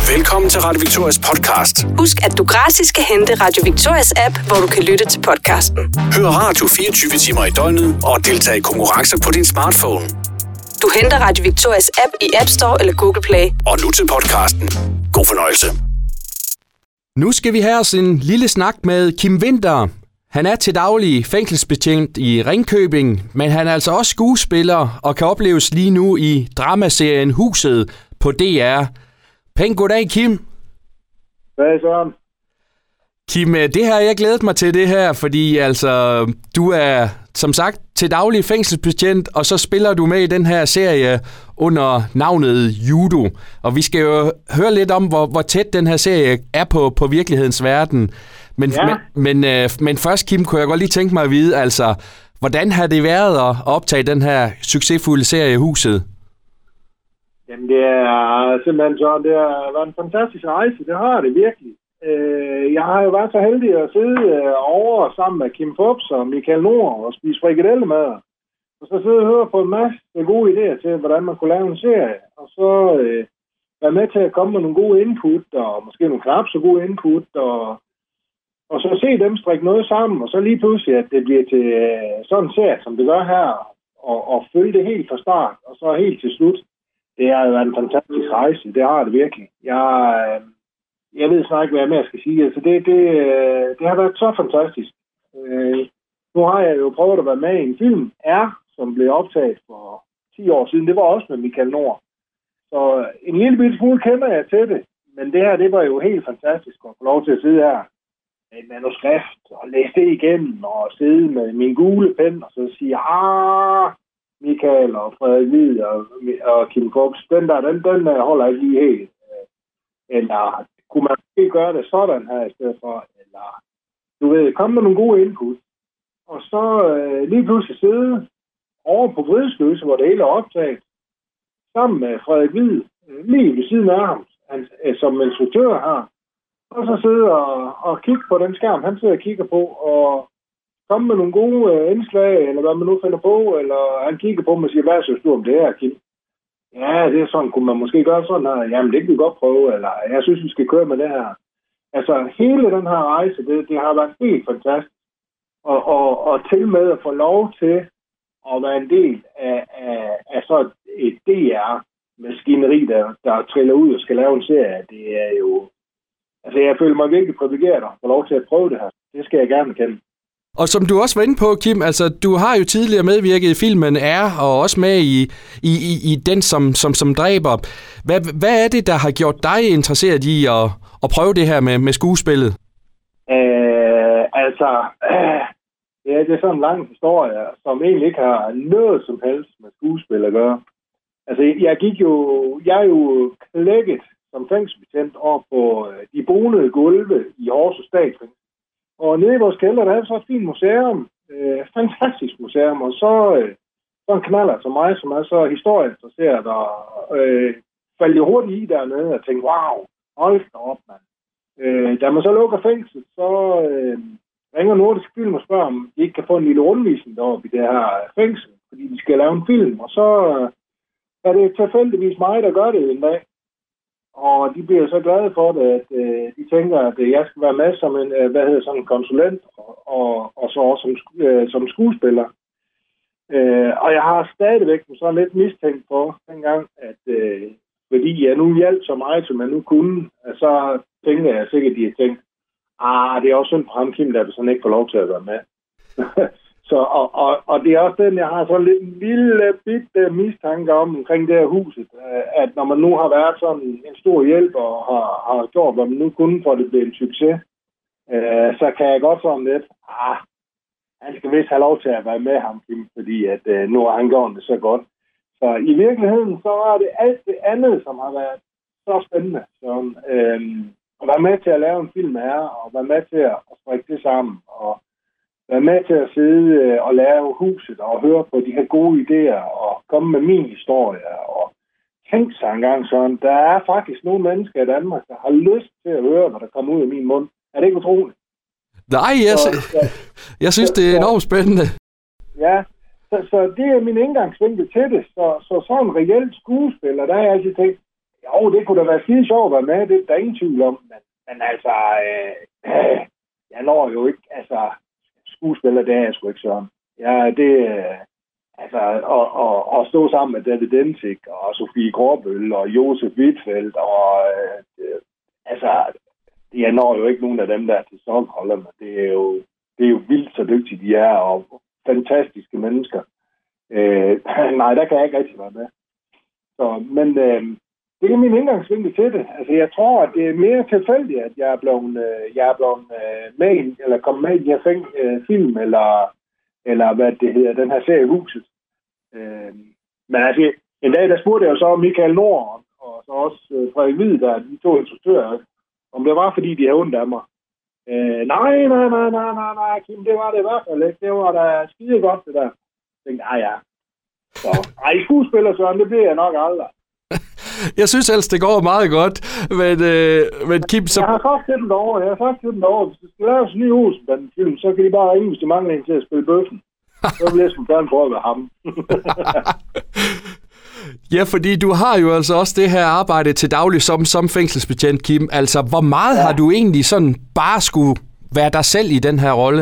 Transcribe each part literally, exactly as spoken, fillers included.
Velkommen til Radio Victorias podcast. Husk, at du gratis kan hente Radio Victorias app, hvor du kan lytte til podcasten. Hør radio fireogtyve timer i døgnet og deltag i konkurrencer på din smartphone. Du henter Radio Victorias app i App Store eller Google Play. Og nu til podcasten. God fornøjelse. Nu skal vi have os en lille snak med Kim Winther. Han er til daglig fængselsbetjent i Ringkøbing, men han er altså også skuespiller og kan opleves lige nu i dramaserien Huset på D R. Pæn goddag, Kim. Hvad så? Kim, det her jeg glædet mig til det her, fordi altså du er som sagt til daglig fængselsbetjent, og så spiller du med i den her serie under navnet Judo. Og vi skal jo høre lidt om, hvor, hvor tæt den her serie er på, på virkelighedens verden. Men, ja. men, men, øh, men først, Kim, kunne jeg godt lige tænke mig at vide, altså, hvordan har det været at optage den her succesfulde serie Huset? Jamen, det er simpelthen så, det har været en fantastisk rejse, det har det virkelig. Jeg har jo været så heldig at sidde over sammen med Kim Fupz og Michael Nord og spise frikadellemad. Og så sidde og høre på en masse gode idéer til, hvordan man kunne lave en serie. Og så øh, være med til at komme med nogle gode input, og måske nogle knap så gode input, og, og så se dem strikke noget sammen, og så lige pludselig, at det bliver til øh, sådan en serie, som det gør her, og, og følge det helt fra start, og så helt til slut. Det har jo været en fantastisk rejse, det har det virkelig. Jeg... Øh, Jeg ved snart ikke, hvad jeg mere skal sige. Altså det, det, det har været så fantastisk. Øh, nu har jeg jo prøvet at være med i en film, R, som blev optaget for ti år siden. Det var også med Michael Nord. Så en lille bitte smule kender jeg til det. Men det her, det var jo helt fantastisk at få lov til at sidde her med et manuskript og læse det igennem og sidde med min gule pen og så sige, ah, Michael og Frederik Hvid og, og Kim Fupz, den der, den, den holder ikke lige helt. Eller kunne man ikke gøre det sådan her i stedet for, eller du ved, komme med nogle gode input, og så øh, lige pludselig sidde over på Vridsløse, hvor det hele er optaget, sammen med Frederik Hvid, øh, lige ved siden af ham, han, øh, som instruktør her, og så sidde og, og kigge på den skærm, han sidder og kigger på, og komme med nogle gode øh, indslag, eller hvad man nu finder på, eller han kigger på mig og siger, hvad synes du om det her, Kim? Ja, det er sådan, kunne man måske gøre sådan her. Jamen, det kan vi godt prøve, eller jeg synes, vi skal køre med det her. Altså, hele den her rejse, det, det har været helt fantastisk. Og, og, og til med at få lov til at være en del af, af, af så et D R-maskineri, der, der triller ud og skal lave en serie, det er jo... Altså, jeg føler mig virkelig privilegeret at få lov til at prøve det her. Det skal jeg gerne kende. Og som du også var inde på, Kim, altså du har jo tidligere medvirket i filmen R, og også med i, i, i, i den, som, som, som dræber. Hvad, hvad er det, der har gjort dig interesseret i at, at prøve det her med, med skuespillet? Øh, altså, øh, ja, det er sådan en lang historie, som egentlig ikke har noget som helst med skuespil at gøre. Altså, jeg gik jo, jeg er jo klækket som fængselsbetjent over på de bonede gulve i Horsens Statsfængsel. Og nede i vores kælder, der er så et fint museum. Øh, fantastisk museum. Og så, øh, så en knaller som mig, som er så historieinteresseret, og øh, faldt jo hurtigt i dernede og tænkte, wow, hold da op, mand. Øh, da man så lukker fængsel, så øh, ringer Nordisk Film og spørger, om de ikke kan få en lille rundvisning deroppe i det her fængsel, fordi de skal lave en film. Og så øh, er det tilfældigvis mig, der gør det en dag. Og de bliver så glade for det, at øh, de tænker, at øh, jeg skal være med som en, øh, hvad hedder, sådan en konsulent, og, og, og så også som, øh, som skuespiller. Øh, og jeg har stadigvæk så lidt mistænkt for dengang, at øh, fordi jeg nu hjalp så meget, som jeg nu kunne, så tænker jeg sikkert, at de har tænkt, ah, det er også synd på ham, Kim, der sådan ikke får lov til at være med. Så, og, og, og det er også den, jeg har sådan lidt en lille bitte mistanke om omkring det her huset, at når man nu har været sådan en stor hjælp og har, har gjort, hvad man nu kunne, for at det blev en succes, øh, så kan jeg godt sådan lidt, ah, han skal vist have lov til at være med ham, Kim, fordi at øh, nu har han gjort det så godt. Så i virkeligheden, så er det alt det andet, som har været så spændende. Så, øh, at være med til at lave en film her, og være med til at strikke det sammen, og være med til at sidde og lave huset og høre på de her gode idéer og komme med min historie og tænke sig engang sådan. Der er faktisk nogle mennesker i Danmark, der har lyst til at høre, hvad der kommer ud af min mund. Er det ikke utroligt? Nej, jeg, så, ja. jeg synes, det er enormt spændende. Ja, så, så det er min indgangsvinkel til det. Så, så sådan en reelt skuespiller, der har jeg altid tænkt, jo, det kunne da være skide sjovt at være med, det er der ingen tvivl om, men, men altså, øh, jeg når jo ikke, altså, skuespiller, det er jeg sgu ikke sådan. Ja, det, øh, altså, og, og, og stå sammen med David Densik, og Sofie Gråbøl, og Josef Wittfeldt, og, øh, altså, jeg når jo ikke nogen af dem, der er til Stockholm, men det er jo, det er jo vildt så dygtige de er, og fantastiske mennesker. Øh, nej, der kan jeg ikke rigtig være med. Så, men øh, det er min indgangsvinkel til det. Altså, jeg tror, at det er mere tilfældigt, at jeg er blevet, øh, jeg er blevet øh, med i, eller kommet med i de her fæng, øh, film, eller, eller hvad det hedder, den her serie Huset. Øh, men altså, en dag, der spurgte jeg jo så Michael Nord, og så også øh, Frederik Hvid, der de to instruktører, om det var, fordi de havde ondt af mig. Øh, nej, nej, nej, nej, nej, nej, Kim, det var det i hvert fald ikke. Det var da skide godt, det der. Jeg tænkte, ah ja. Så, ej, skuespiller, Søren, det bliver jeg nok aldrig. Jeg synes ellers, det går meget godt, men, øh, men Kim... Så... Jeg har sagt til dem derovre, jeg har sagt til dem derovre, hvis det skal laves en ny Olsen-film, så kan de bare ringe, hvis de mangler en til at spille bøffen. Så vil jeg sgu gerne prøve at være ham. Ja, fordi du har jo altså også det her arbejde til daglig som, som fængselsbetjent, Kim. Altså, hvor meget ja. har du egentlig sådan bare skulle være dig selv i den her rolle?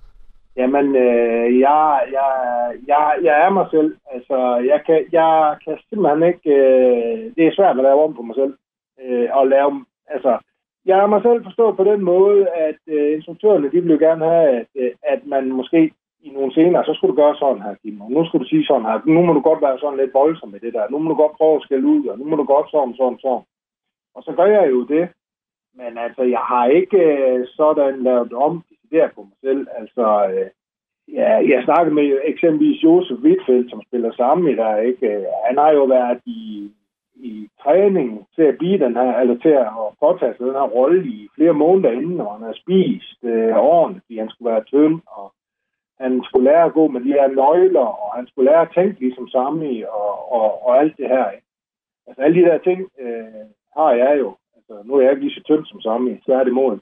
Jamen, øh, jeg, jeg, jeg, jeg er mig selv. Altså, jeg kan, jeg kan simpelthen ikke... Øh, det er svært at lave om på mig selv. Øh, og lave... Altså, jeg er mig selv forstået på den måde, at øh, instruktørerne, de vil gerne have, at, øh, at man måske i nogle scener, så skulle du gøre sådan her, Kim. Og nu skulle du sige sådan her. Nu må du godt være sådan lidt voldsom med det der. Nu må du godt prøve at skælde ud, og nu må du godt sådan, sådan, sådan. Og så gør jeg jo det. Men altså, jeg har ikke øh, sådan lavet om der på mig selv. Altså, øh, ja, jeg snakkede med eksempelvis Josef Wittfeldt, som spiller sammen i der, ikke? Han har jo været i, i træning til at blive den her, eller til at påtage sig den her rolle i flere måneder inden, og han har spist øh, ordentligt, fordi han skulle være tynd, og han skulle lære at gå med de her nøgler, og han skulle lære at tænke ligesom Sami, og, og, og alt det her, ikke? Altså, alle de der ting øh, har jeg jo. Altså, nu er jeg ikke lige så tynd som Sami, tværtimod.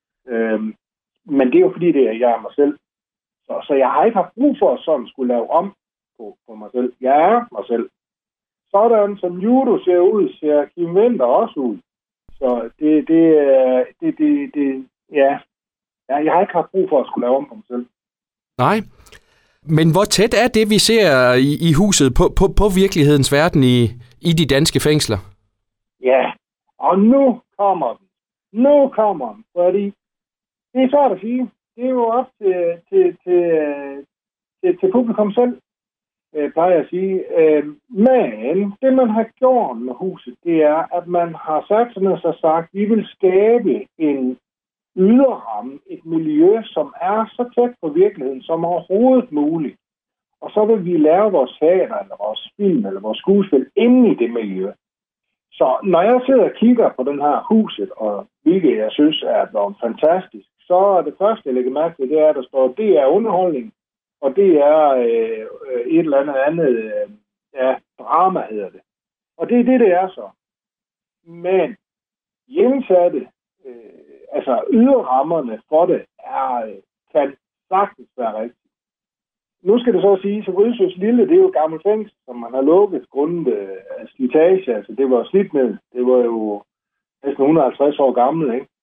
Øhm, Men det er jo fordi, det er, jeg er mig selv. Så, så jeg har ikke haft brug for at sådan skulle lave om på, på mig selv. Jeg er mig selv. Sådan som judo ser ud, ser Kim Winther også ud. Så det, det, det, det, det ja. Jeg har ikke haft brug for at skulle lave om på mig selv. Nej. Men hvor tæt er det, vi ser i, i huset på, på, på virkelighedens verden i, i de danske fængsler? Ja, og nu kommer den. Nu kommer den, fordi det er svært at sige. Det er jo op til, til, til, til, til publikum selv, øh, plejer jeg at sige. Øh, men det, man har gjort med huset, det er, at man har sat sådan og så sagt, at vi vil skabe en yderramme, et miljø, som er så tæt på virkeligheden som overhovedet muligt. Og så vil vi lave vores teater, eller vores film, eller vores skuespil inde i det miljø. Så når jeg sidder og kigger på den her huset, og hvilket jeg synes er blevet fantastisk, så er det første, jeg lægger mærke til, det er, at der står, det er underholdning, og det er øh, et eller andet andet, øh, ja, drama hedder det. Og det er det, det er så. Men hjemsatte, øh, altså yderrammerne for det, er, øh, kan sagtens være rigtigt. Nu skal det så sige, så Rysøs Lille, det er jo et gammelt fængsel, som man har lukket grundet af slitage. Altså, det var slidt med. Det var jo næsten et hundrede og halvtreds år gammel, ikke?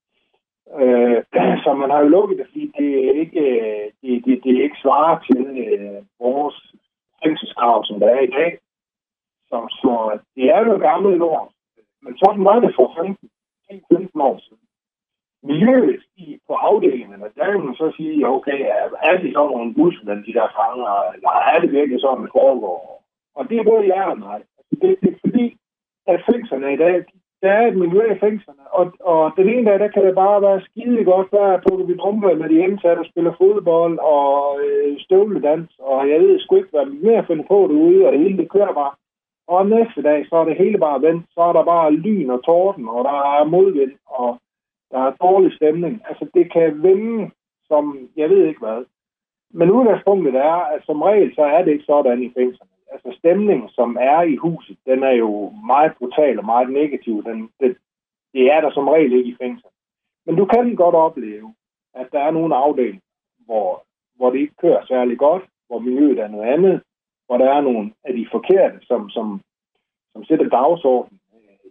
Øh, så man har jo lukket det, fordi det er ikke, det, det, det er ikke svaret til øh, vores fængselskrav, som der er i dag. Så, så det er jo gammelt år. Men sådan var det for femten til femten år siden. Miljøet i, på afdelingerne, der kan man så sige, okay, er det så nogle busser, de der fanger, eller er det virkelig sådan, det foregår? Og det er både ja og nej. Det, det er fordi, at fængslerne i dag, der er et miljø i fængslerne, og, og den ene dag, der kan det bare være skide godt, der plukker vi trumper med de indsatte og spiller fodbold og øh, støvledans, og jeg ved sgu ikke, hvad mere at finde på derude, og det hele det kører bare. Og næste dag, så er det hele bare vendt, så er der bare lyn og torden, og der er modvind, og der er dårlig stemning. Altså, det kan vende som, jeg ved ikke hvad. Men udgangspunktet er, at som regel, så er det ikke sådan i fængslerne. Altså, stemningen, som er i huset, den er jo meget brutal og meget negativ. Den, det, det er der som regel ikke i fængslerne. Men du kan godt opleve, at der er nogle afdelinger, hvor, hvor det ikke kører særlig godt, hvor miljøet er noget andet, hvor der er nogle af de forkerte, som, som, som sætter dagsorden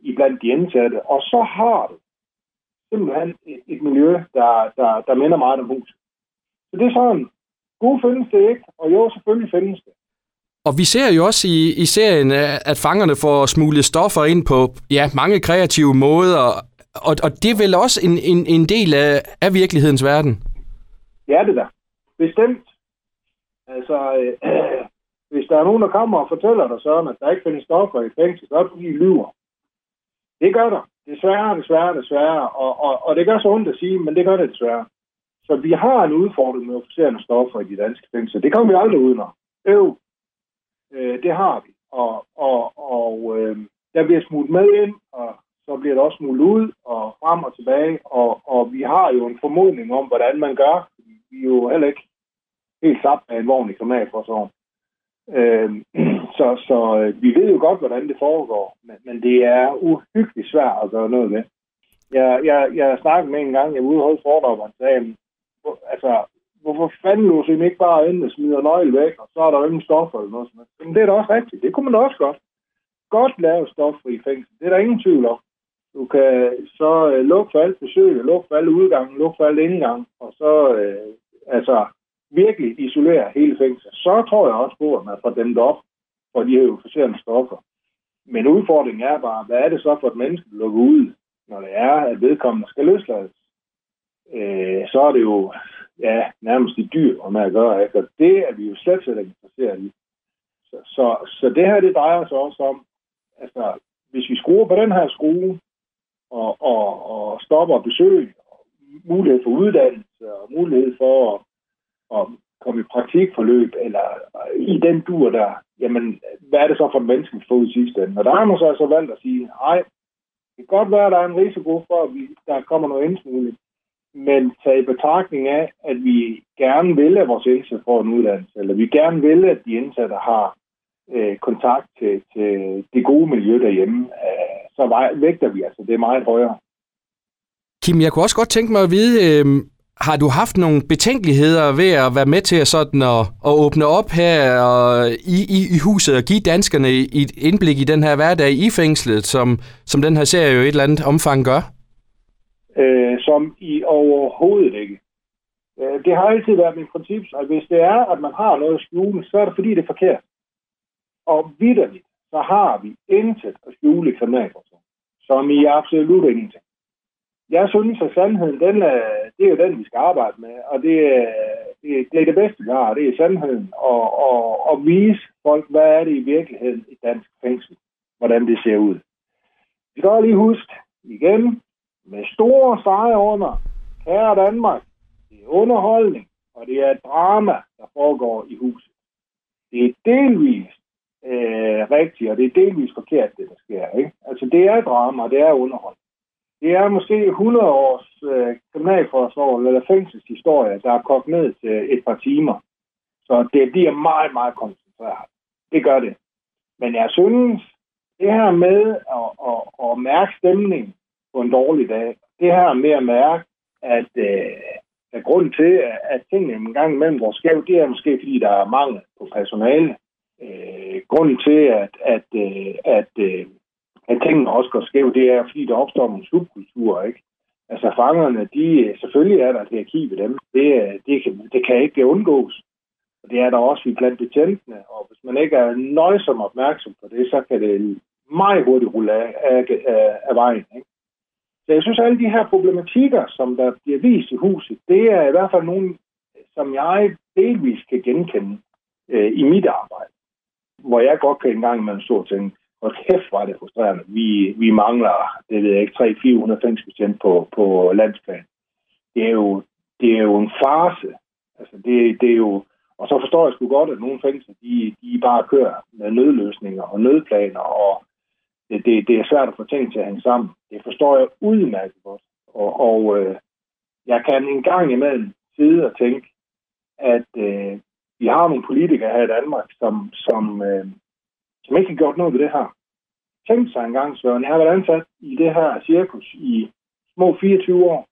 i blandt de indsatte. Og så har du simpelthen et, et miljø, der, der, der minder meget om huset. Så det er sådan, gode findes det ikke, og jo, selvfølgelig findes det. Og vi ser jo også i, i serien, at fangerne får smuglet stoffer ind på ja, mange kreative måder, og, og det er vel også en, en, en del af, af virkelighedens verden? Ja, det der. Bestemt. Altså, øh, hvis der er nogen, der kommer og fortæller dig sådan, at der ikke findes stoffer i fængsel, så er det fordi, de lyver. Det gør der. Desværre, desværre, desværre. Og, og, og det gør så ondt at sige, men det gør det desværre. Så vi har en udfordring med officerende stoffer i de danske fængsler. Det kommer vi aldrig udenom. Øv. Øh, det har vi. Og, og, og øh, der bliver smuglet med ind, og så bliver det også smuglet ud og frem og tilbage. Og, og vi har jo en formodning om, hvordan man gør. Vi er jo heller ikke helt sat af en vogn i kriminalforsorgen. Øh, så så øh, vi ved jo godt, hvordan det foregår. Men, men det er uhyggeligt svært at gøre noget med. Jeg, jeg, jeg snakkede med en gang, jeg var ude og holde foredrag, og han sagde, altså, hvorfor fanden låser I ikke bare ind og smider nøgle væk, og så er der jo ingen stoffer eller noget sådan. Men det er da også rigtigt. Det kunne man da også godt. Godt lave stoffer i fængsel. Det er der ingen tvivl om. Du kan så øh, lukke for alt besøg, lukke for alle udgange, lukke for alle indgang, og så øh, altså virkelig isolere hele fængsel. Så tror jeg også på, at man får dem op for de her euforiserende stoffer. Men udfordringen er bare, hvad er det så for et menneske, der lukker ud, når det er, at vedkommende skal løslades? Øh, så er det jo ja, nærmest et dyr, om at gøre, ikke? Og det er vi jo slet slet ikke interesseret i. Så, så, så det her, det drejer sig også om, altså, hvis vi skruer på den her skrue, og, og, og stopper besøg, og mulighed for uddannelse, og mulighed for at, at komme i praktikforløb, eller i den dur der, jamen, hvad er det så for en menneske, vi får ud i sidste ende? Og der har man så altså valgt at sige, nej, det kan godt være, at der er en risiko for, at vi, der kommer noget indsmugling, men tag i betragtning af, at vi gerne vil, at vores indsatte får en uddannelse, eller vi gerne vil, at de indsatte har øh, kontakt til, til det gode miljø derhjemme, øh, så vej, vægter vi altså, det er meget højere. Kim, jeg kunne også godt tænke mig at vide, øh, har du haft nogle betænkeligheder ved at være med til at, sådan at, at åbne op her og i, i, i huset og give danskerne et indblik i den her hverdag i fængslet, som, som den her serie jo i et eller andet omfang gør? Øh, som i overhovedet ikke. Øh, det har altid været min princip, at hvis det er, at man har noget at skjule, så er det fordi, det er forkert. Og vitterligt, så har vi intet at skjule i kriminalforsorgen, som i absolut ingenting. Jeg synes, at sandheden, den er, det er jo den, vi skal arbejde med, og det er det, det, er det bedste, vi har, det er sandheden, og, og, og vise folk, hvad er det i virkeligheden i dansk fængsel, hvordan det ser ud. Vi skal lige huske igen, med store streger under, kære Danmark, det er underholdning, og det er et drama, der foregår i huset. Det er delvist øh, rigtigt, og det er delvist forkert, det der sker. Ikke? Altså, det er drama, og det er underholdning. Det er måske hundrede års øh, kriminalforsorg eller fængselshistorie, der er kogt ned til et par timer. Så det bliver meget, meget koncentreret. Det gør det. Men jeg synes, det her med at, at, at mærke stemning på en dårlig dag, det her med at mærke, at, øh, at grunden til, at tingene en gang imellem går skævt, det er måske, fordi der er mangel på personale. Øh, grunden til, at, at, øh, at, øh, at tingene også går skævt, det er, fordi der opstår nogle subkulturer, ikke? Altså fangerne, de, selvfølgelig er der et hierarki ved dem. Det, det, kan, det kan ikke undgås. Og det er der også blandt betjentene. Og hvis man ikke er nøjsom opmærksom på det, så kan det meget hurtigt rulle af, af, af, af vejen, ikke? Så jeg synes, at alle de her problematikker, som der bliver vist i huset, det er i hvert fald nogle, som jeg delvis kan genkende øh, i mit arbejde. Hvor jeg godt kan engang med en stor ting, og kæft var det frustrerende. Vi, vi mangler, det ved jeg ikke, tre til fire hundrede fængselsbetjente på, på landsplan. Det er jo, det er jo en farce. Altså, det, det er jo, og så forstår jeg sgu godt, at nogle fængsler, de, de bare kører med nødløsninger og nødplaner, og det, det, det er svært at få ting til at hænge sammen. Det forstår jeg udmærket godt. Og, og øh, jeg kan en gang imellem sidde og tænke, at øh, vi har nogle politikere her i Danmark, som, som, øh, som ikke har gjort noget ved det her. Tænk sig en gang, Søren. Jeg har været ansat i det her cirkus i små fireogtyve år.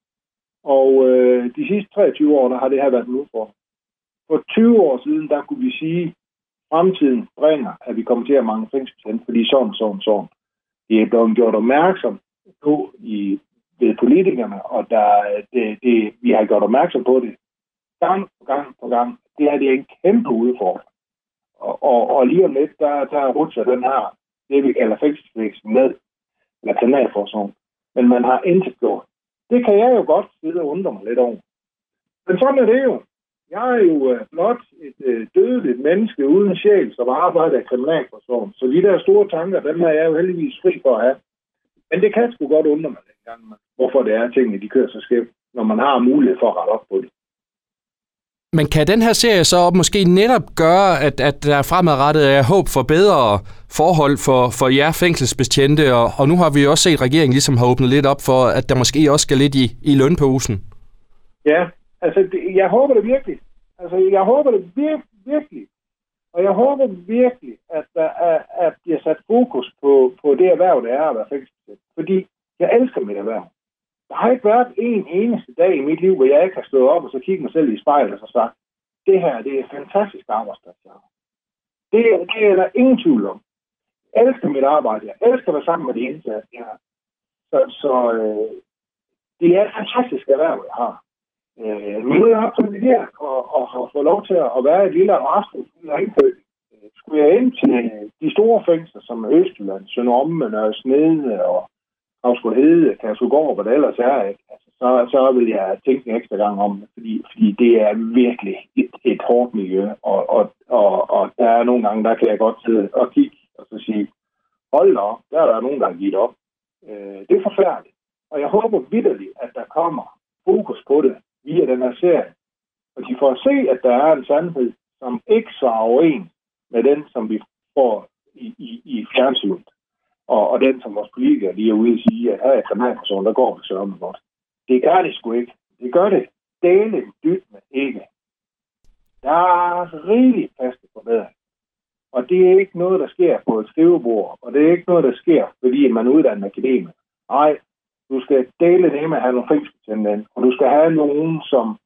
Og øh, de sidste treogtyve år, der har det her været en udfordring. For tyve år siden, der kunne vi sige, at fremtiden bringer, at vi kommer til at mangle fængselsbetjente, fordi sådan, sådan, sådan. de er blevet gjort opmærksom på i, ved politikerne, og der, det, det, vi har gjort opmærksom på det gang på gang på gang. Det er det en kæmpe udfordring. Og, og, og lige om lidt, der, der rutscher den her, det vi kalder fængselsvæsen med, eller kriminalforsorgen. Men man har intet gjort. Det kan jeg jo godt sidde og undre mig lidt over. Men sådan er det jo. Jeg er jo øh, blot et øh, dødeligt menneske uden sjæl, som arbejder i kriminalforsorgen. Så de der store tanker, dem er jeg jo heldigvis fri for at have. Men det kan sgu godt undre mig lidt gang, hvorfor det er tingene, de kører så skævt, når man har mulighed for at rette op på det. Men kan den her serie så måske netop gøre, at, at der fremadrettet er håb for bedre forhold for, for jer fængselsbetjente, og, og nu har vi også set, at regeringen ligesom har åbnet lidt op for, at der måske også skal lidt i, i lønposen? Ja, altså det, jeg håber det virkelig. Altså jeg håber det vir- virkelig. Og jeg håber virkelig, at der er, at bliver sat fokus på, på det erhverv, der er at være fængselsbetjent. Fordi jeg elsker mit erhverv. Der har ikke været en eneste dag i mit liv, hvor jeg ikke har stået op og så kigget mig selv i spejlet og så sagt, det her, det er en fantastisk arbejdsplads. Det, det er der ingen tvivl om. Jeg elsker mit arbejde. Jeg elsker at være sammen med de indsatte. Ja. Så, så øh, det er et fantastisk erhverv, jeg har. Øh, nu er jeg privilegeret og, og har fået lov til at være et lille rasmus. Skulle jeg ind til de store fængsler, som Østjylland, Sønder Omme, Nørre Snede og Havsgårdhede, Kærsugård, hvad det ellers er, ikke? Altså, så, så vil jeg tænke en ekstra gang om det, fordi, fordi det er virkelig et, et hårdt miljø, og, og, og, og der er nogle gange, der kan jeg godt sidde og kigge og så sige, hold da op, der er der nogen, der har givet op. Øh, det er forfærdeligt, og jeg håber vitterligt, at der kommer fokus på det via den her serie, og de får at se, at der er en sandhed, som ikke så overens med den, som vi får i, i, i fjernsynet. Og, og den, som vores politikere lige er ude at sige, at her er kriminalforsorgen, der går det sørme godt. Det gør det sgu ikke. Det gør det dele dybt med ikke. Der er rigtig plads til forbedring. Og det er ikke noget, der sker på et skrivebord. Og det er ikke noget, der sker, fordi man er uddannet akademiker. Nej, du skal dele det med at have nogle fængselsbetjente. Og du skal have nogen, som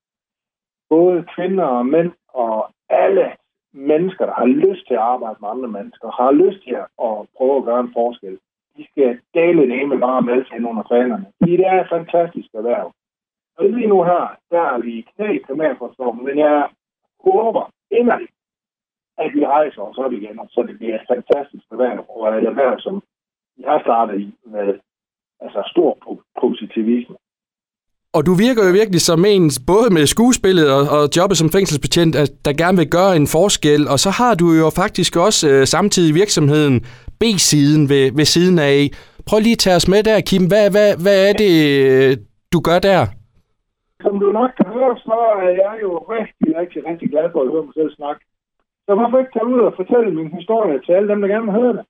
både kvinder og mænd og alle mennesker, der har lyst til at arbejde med andre mennesker, har lyst til at prøve at gøre en forskel. De skal dele det med bare med til nogle af fanerne. Det er et fantastisk erhverv. Og lige nu her, der er vi knæ i kriminalforsorgen, men jeg håber inderligt, at vi rejser os op igen, så det bliver et fantastisk erhverv, og et erhverv, som jeg starter i med altså stor positivisme. Og du virker jo virkelig som en, både med skuespillet og, og jobbet som fængselsbetjent, at der gerne vil gøre en forskel. Og så har du jo faktisk også øh, samtidig virksomheden B-siden ved, ved siden af. Prøv lige at tage os med der, Kim. Hvad, hvad, hvad er det, du gør der? Som du nok kan høre, så er jeg jo rigtig, rigtig, rigtig glad for at høre mig selv snakke. Så hvorfor ikke tage ud og fortælle min historie til alle dem, der gerne vil høre det?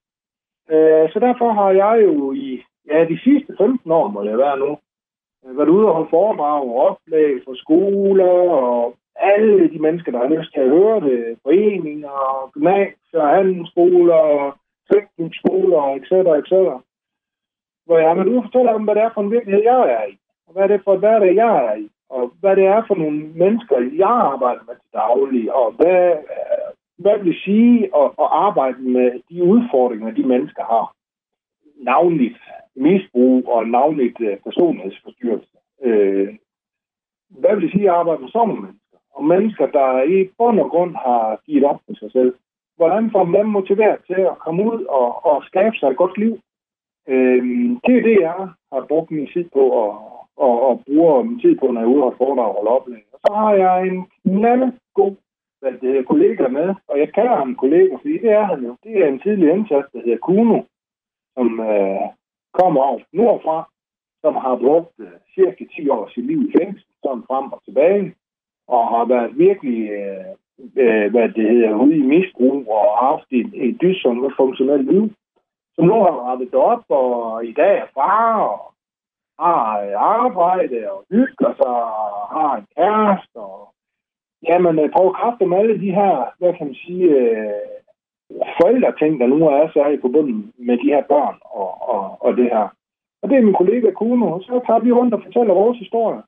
Øh, så derfor har jeg jo i ja, de sidste femten år, må det være nu, været ude og holde foredrag og oplæg for skoler og alle de mennesker, der har lyst til at høre det, foreninger, gymnasier, handelsskoler, teknikskoler, et cetera, et cetera. Hvor jeg har været ude og fortælle om, hvad det er for en virkelighed, jeg er i, og hvad det er for et hverdag, jeg er i, og hvad det er for nogle mennesker, jeg arbejder med til daglig, og hvad, hvad vil det sige at, at arbejde med de udfordringer, de mennesker har. Navnligt misbrug og navnligt uh, personlighedsforstyrrelse. Øh, hvad vil det sige at arbejde med sådan nogle mennesker? Og mennesker, der i bund og grund har givet op for sig selv. Hvordan får man dem motiveret til at komme ud og, og skabe sig et godt liv? Øh, det er det, jeg har brugt min tid på og, og, og bruger min tid på, når jeg er ude og foredrag og holde oplæg. Og så har jeg en knald god hvad det hedder, kollega med, og jeg kalder ham kollega, fordi det er han jo. Det er en tidlig indsats, der hedder Kuno, som øh, kommer over nordfra, som har brugt øh, cirka ti år af sit liv i fængsel, sådan frem og tilbage, og har været virkelig øh, øh, hvad det hedder, ude i misbrug og haft et, et dysfunktionelt og funktionelt liv, som nu har rettet op, og i dag er far, og har arbejde, og hygger sig, og har en kæreste, og jamen, prøv at kræfte med alle de her, hvad kan man sige, øh, forældreting, der nu er så forbundet med de her børn og, og, og det her. Og det er min kollega Kuno, og så tager vi rundt og fortæller vores historie.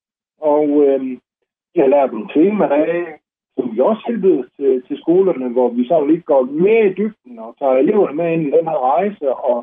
Og øh, jeg har lært nogle temaer af, som vi også tilbyder til, til skolerne, hvor vi så lige går mere i dybden og tager eleverne med ind i den her rejse og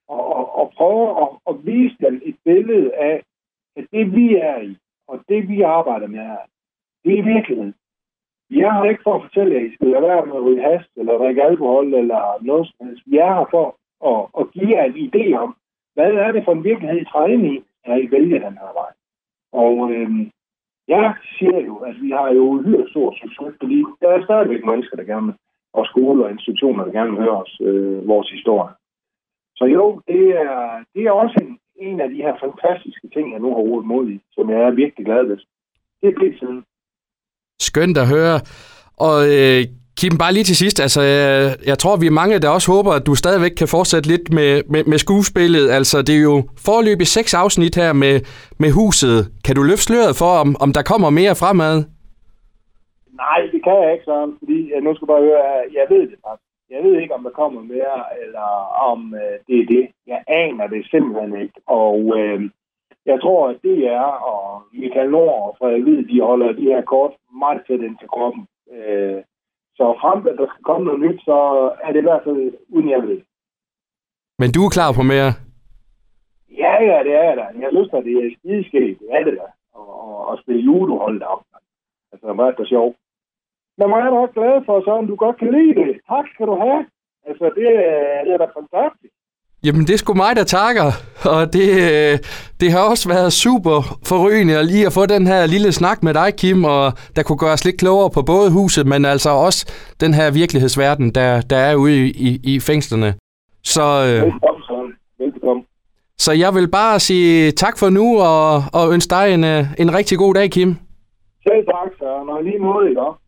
og, og, og prøve at, at vise dem et billede af, at det vi er i, og det vi arbejder med her, det er virkeligheden. Jeg har ikke for at fortælle jer, at I skal lade være med at ryge hast, eller drikke alkohol, eller noget som helst. Jeg har for at, at give jer en idé om, hvad er det for en virkelighed, I træder ind i, når I vælger den her vej. Og øhm, jeg siger jo, at vi har jo uhyre stor succes, fordi der er stadigvæk mennesker, der gerne vil, og skoler og institutioner, der gerne vil høre os, øh, vores historie. Så jo, det er, det er også en, en af de her fantastiske ting, jeg nu har rodet mod i, som jeg er virkelig glad ved. Det er det siden. Skønt at høre. Og øh, Kim, bare lige til sidst, altså jeg, jeg tror, vi er mange, der også håber, at du stadigvæk kan fortsætte lidt med, med, med skuespillet. Altså det er jo foreløbig seks afsnit her med, med huset. Kan du løfte sløret for, om, om der kommer mere fremad? Nej, det kan jeg ikke, Søren, fordi jeg nu skal bare høre, jeg ved det faktisk. Jeg ved ikke, om der kommer mere, eller om øh, det er det. Jeg aner det simpelthen ikke. Og øh, jeg tror, at D R og Michael Nord og Frederik Hvid, de holder de her kort meget tæt ind til kroppen. Øh, så frem, at der skal komme noget nyt, så er det i hvert fald uden jeg ved. Men du er klar på mere? Ja, ja, det er der. Jeg synes, at det er skideskægt. Det er det der. Og at spille judo, hold da op. Altså, det er meget sjovt. Men jeg er da også glad for, sådan du godt kan lide det. Tak skal du have. Altså, det, det er da fantastisk. Jamen, det er sgu mig, der takker. Og det, det har også været super forrygende at lige at få den her lille snak med dig, Kim, og der kunne gøre os lidt klogere på både huset, men altså også den her virkelighedsverden, der, der er ude i, i, i fængslerne. Så, øh, Velkommen, Søren. Velkommen. Så jeg vil bare sige tak for nu, og, og ønske dig en, en rigtig god dag, Kim. Selv tak, Søren. Og lige måde, ikke?